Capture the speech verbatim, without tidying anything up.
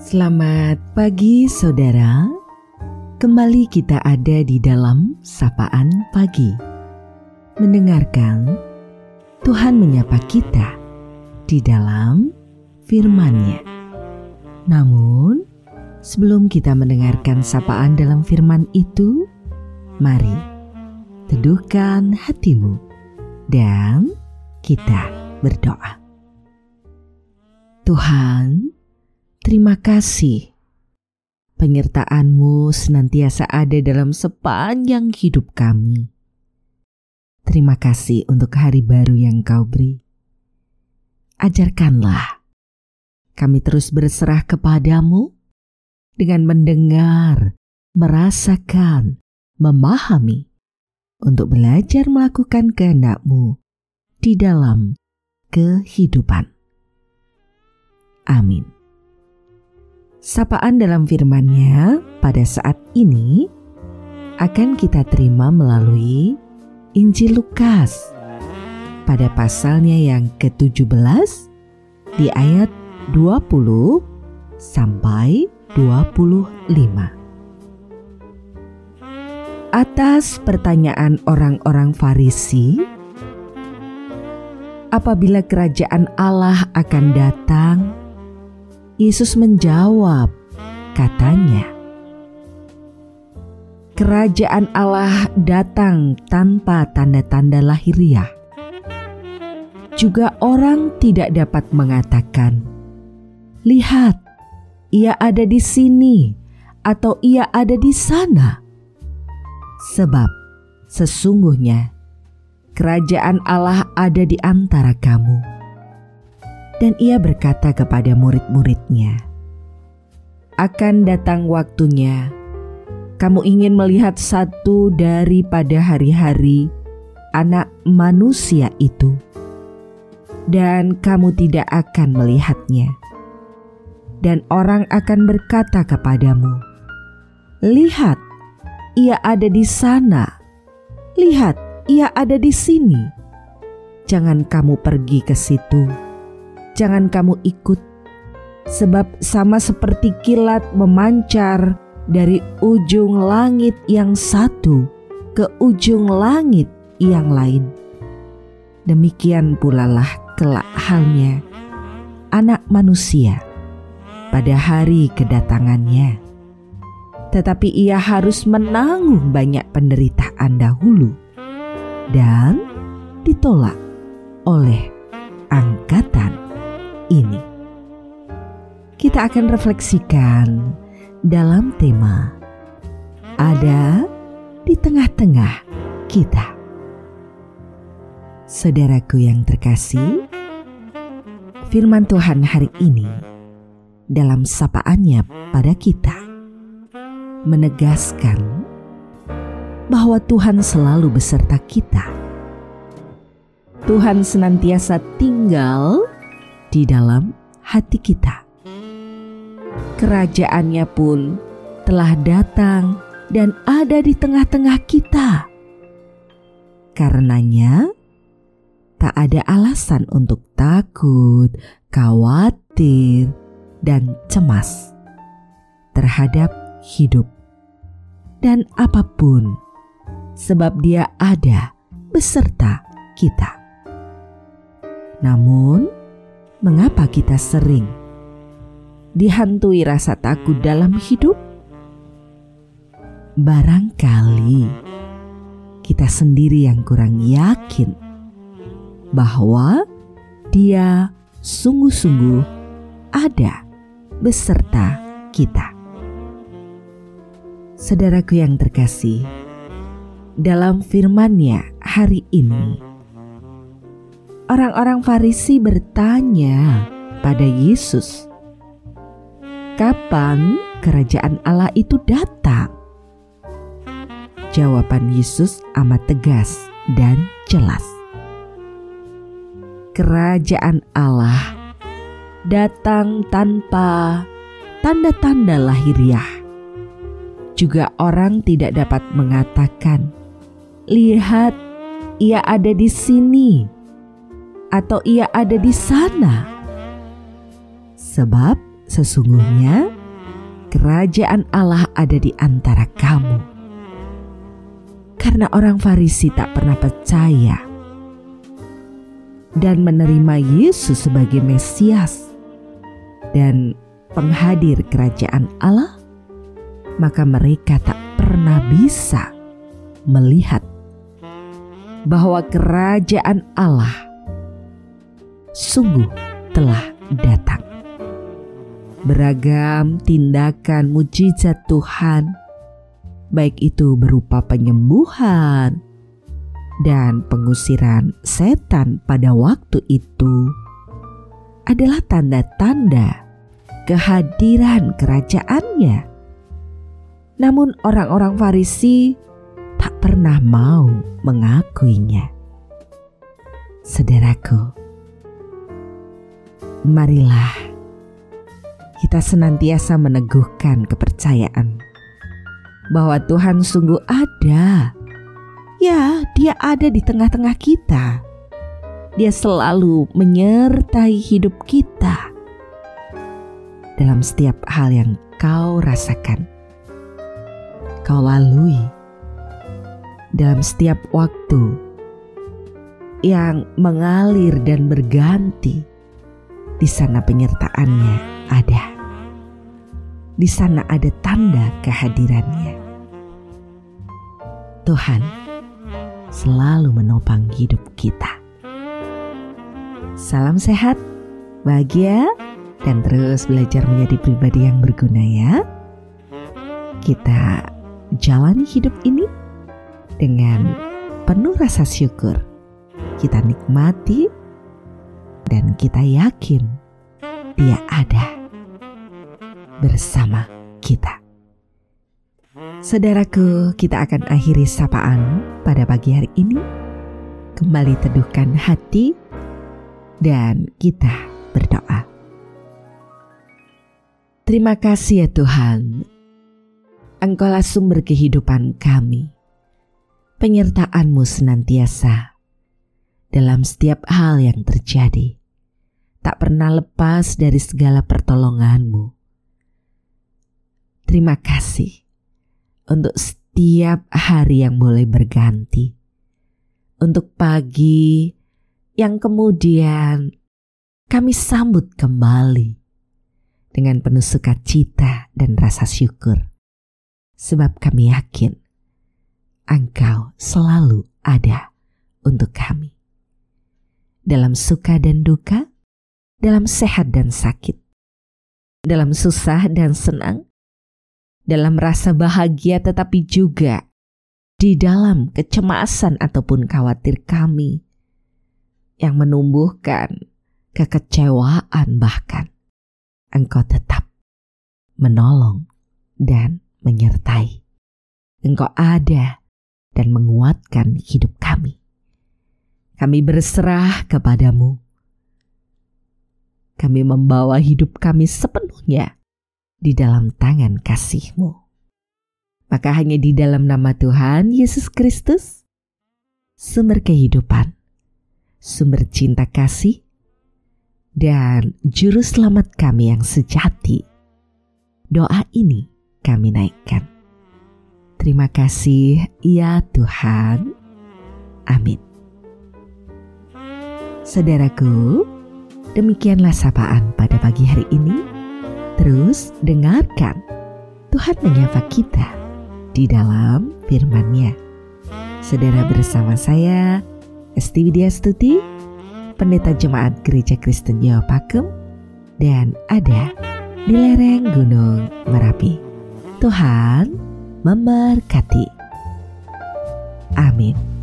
Selamat pagi saudara, kembali kita ada di dalam Sapaan Pagi. Mendengarkan Tuhan menyapa kita di dalam firman-Nya. Namun, sebelum kita mendengarkan sapaan dalam firman itu, mari teduhkan hatimu dan kita berdoa. Tuhan, terima kasih. Penyertaan-Mu senantiasa ada dalam sepanjang hidup kami. Terima kasih untuk hari baru yang Kau beri. Ajarkanlah kami terus berserah kepadamu dengan mendengar, merasakan, memahami untuk belajar melakukan kehendak-Mu di dalam kehidupan. Amin. Sapaan dalam firman-Nya pada saat ini akan kita terima melalui Injil Lukas pada pasalnya yang ketujuh belas di ayat dua puluh sampai dua puluh lima. Atas pertanyaan orang-orang Farisi, apabila kerajaan Allah akan datang, Yesus menjawab, katanya, "Kerajaan Allah datang tanpa tanda-tanda lahiriah. Juga orang tidak dapat mengatakan, 'Lihat, ia ada di sini,' atau 'ia ada di sana.' Sebab sesungguhnya kerajaan Allah ada di antara kamu." Dan ia berkata kepada murid-muridnya, "Akan datang waktunya, kamu ingin melihat satu daripada hari-hari Anak Manusia itu, dan kamu tidak akan melihatnya. Dan orang akan berkata kepadamu, 'Lihat, ia ada di sana. Lihat, ia ada di sini.' Jangan kamu pergi ke situ. Jangan kamu ikut, sebab sama seperti kilat memancar dari ujung langit yang satu ke ujung langit yang lain. Demikian pula lah kelak halnya Anak Manusia pada hari kedatangannya. Tetapi ia harus menanggung banyak penderitaan dahulu dan ditolak oleh angkatan ini." Kita akan refleksikan dalam tema "Ada di tengah-tengah kita". Saudaraku yang terkasih, firman Tuhan hari ini dalam sapaannya pada kita menegaskan bahwa Tuhan selalu beserta kita. Tuhan senantiasa tinggal di dalam hati kita. Kerajaannya pun telah datang dan ada di tengah-tengah kita. Karenanya, tak ada alasan untuk takut, khawatir, dan cemas terhadap hidup dan apapun, sebab Dia ada beserta kita. Namun, mengapa kita sering dihantui rasa takut dalam hidup? Barangkali kita sendiri yang kurang yakin bahwa Dia sungguh-sungguh ada beserta kita. Saudaraku yang terkasih, dalam firman-Nya hari ini, orang-orang Farisi bertanya pada Yesus, "Kapan kerajaan Allah itu datang?" Jawaban Yesus amat tegas dan jelas. Kerajaan Allah datang tanpa tanda-tanda lahiriah. Juga orang tidak dapat mengatakan, "Lihat, ia ada di sini," atau "ia ada di sana." Sebab Sesungguhnya kerajaan Allah ada di antara kamu. Karena orang Farisi tak pernah percaya dan menerima Yesus sebagai Mesias dan penghadir kerajaan Allah, maka mereka tak pernah bisa melihat bahwa kerajaan Allah sungguh telah datang. Beragam tindakan mujizat Tuhan, baik itu berupa penyembuhan dan pengusiran setan pada waktu itu, adalah tanda-tanda kehadiran kerajaannya. Namun orang-orang Farisi tak pernah mau mengakuinya. Saudaraku, marilah kita senantiasa meneguhkan kepercayaan bahwa Tuhan sungguh ada. Ya, Dia ada di tengah-tengah kita. Dia selalu menyertai hidup kita dalam setiap hal yang kau rasakan, kau lalui, dalam setiap waktu yang mengalir dan berganti. Di sana penyertaannya ada. Di sana ada tanda kehadirannya. Tuhan selalu menopang hidup kita. Salam sehat, bahagia, dan terus belajar menjadi pribadi yang berguna ya. Kita jalani hidup ini dengan penuh rasa syukur. Kita nikmati dan kita yakin Dia ada bersama kita. Saudaraku, kita akan akhiri sapaan pada pagi hari ini. Kembali teduhkan hati dan kita berdoa. Terima kasih ya Tuhan, Engkaulah sumber kehidupan kami. Penyertaan-Mu senantiasa dalam setiap hal yang terjadi, tak pernah lepas dari segala pertolongan-Mu. Terima kasih untuk setiap hari yang boleh berganti, untuk pagi yang kemudian kami sambut kembali dengan penuh sukacita dan rasa syukur, sebab kami yakin Engkau selalu ada untuk kami. Dalam suka dan duka, dalam sehat dan sakit, dalam susah dan senang, dalam rasa bahagia tetapi juga di dalam kecemasan ataupun khawatir kami yang menumbuhkan kekecewaan bahkan, Engkau tetap menolong dan menyertai. Engkau ada dan menguatkan hidup kami. Kami berserah kepadamu. Kami membawa hidup kami sepenuhnya di dalam tangan kasih-Mu. Maka hanya di dalam nama Tuhan Yesus Kristus, sumber kehidupan, sumber cinta kasih, dan juru selamat kami yang sejati, doa ini kami naikkan. Terima kasih ya Tuhan. Amin. Saudaraku, demikianlah sapaan pada pagi hari ini. Terus dengarkan Tuhan menyapa kita di dalam firman-Nya. Saudara, bersama saya Esti Widyastuti, Pendeta Jemaat Gereja Kristen Jawa Pakem, dan ada di lereng Gunung Merapi. Tuhan memberkati. Amin.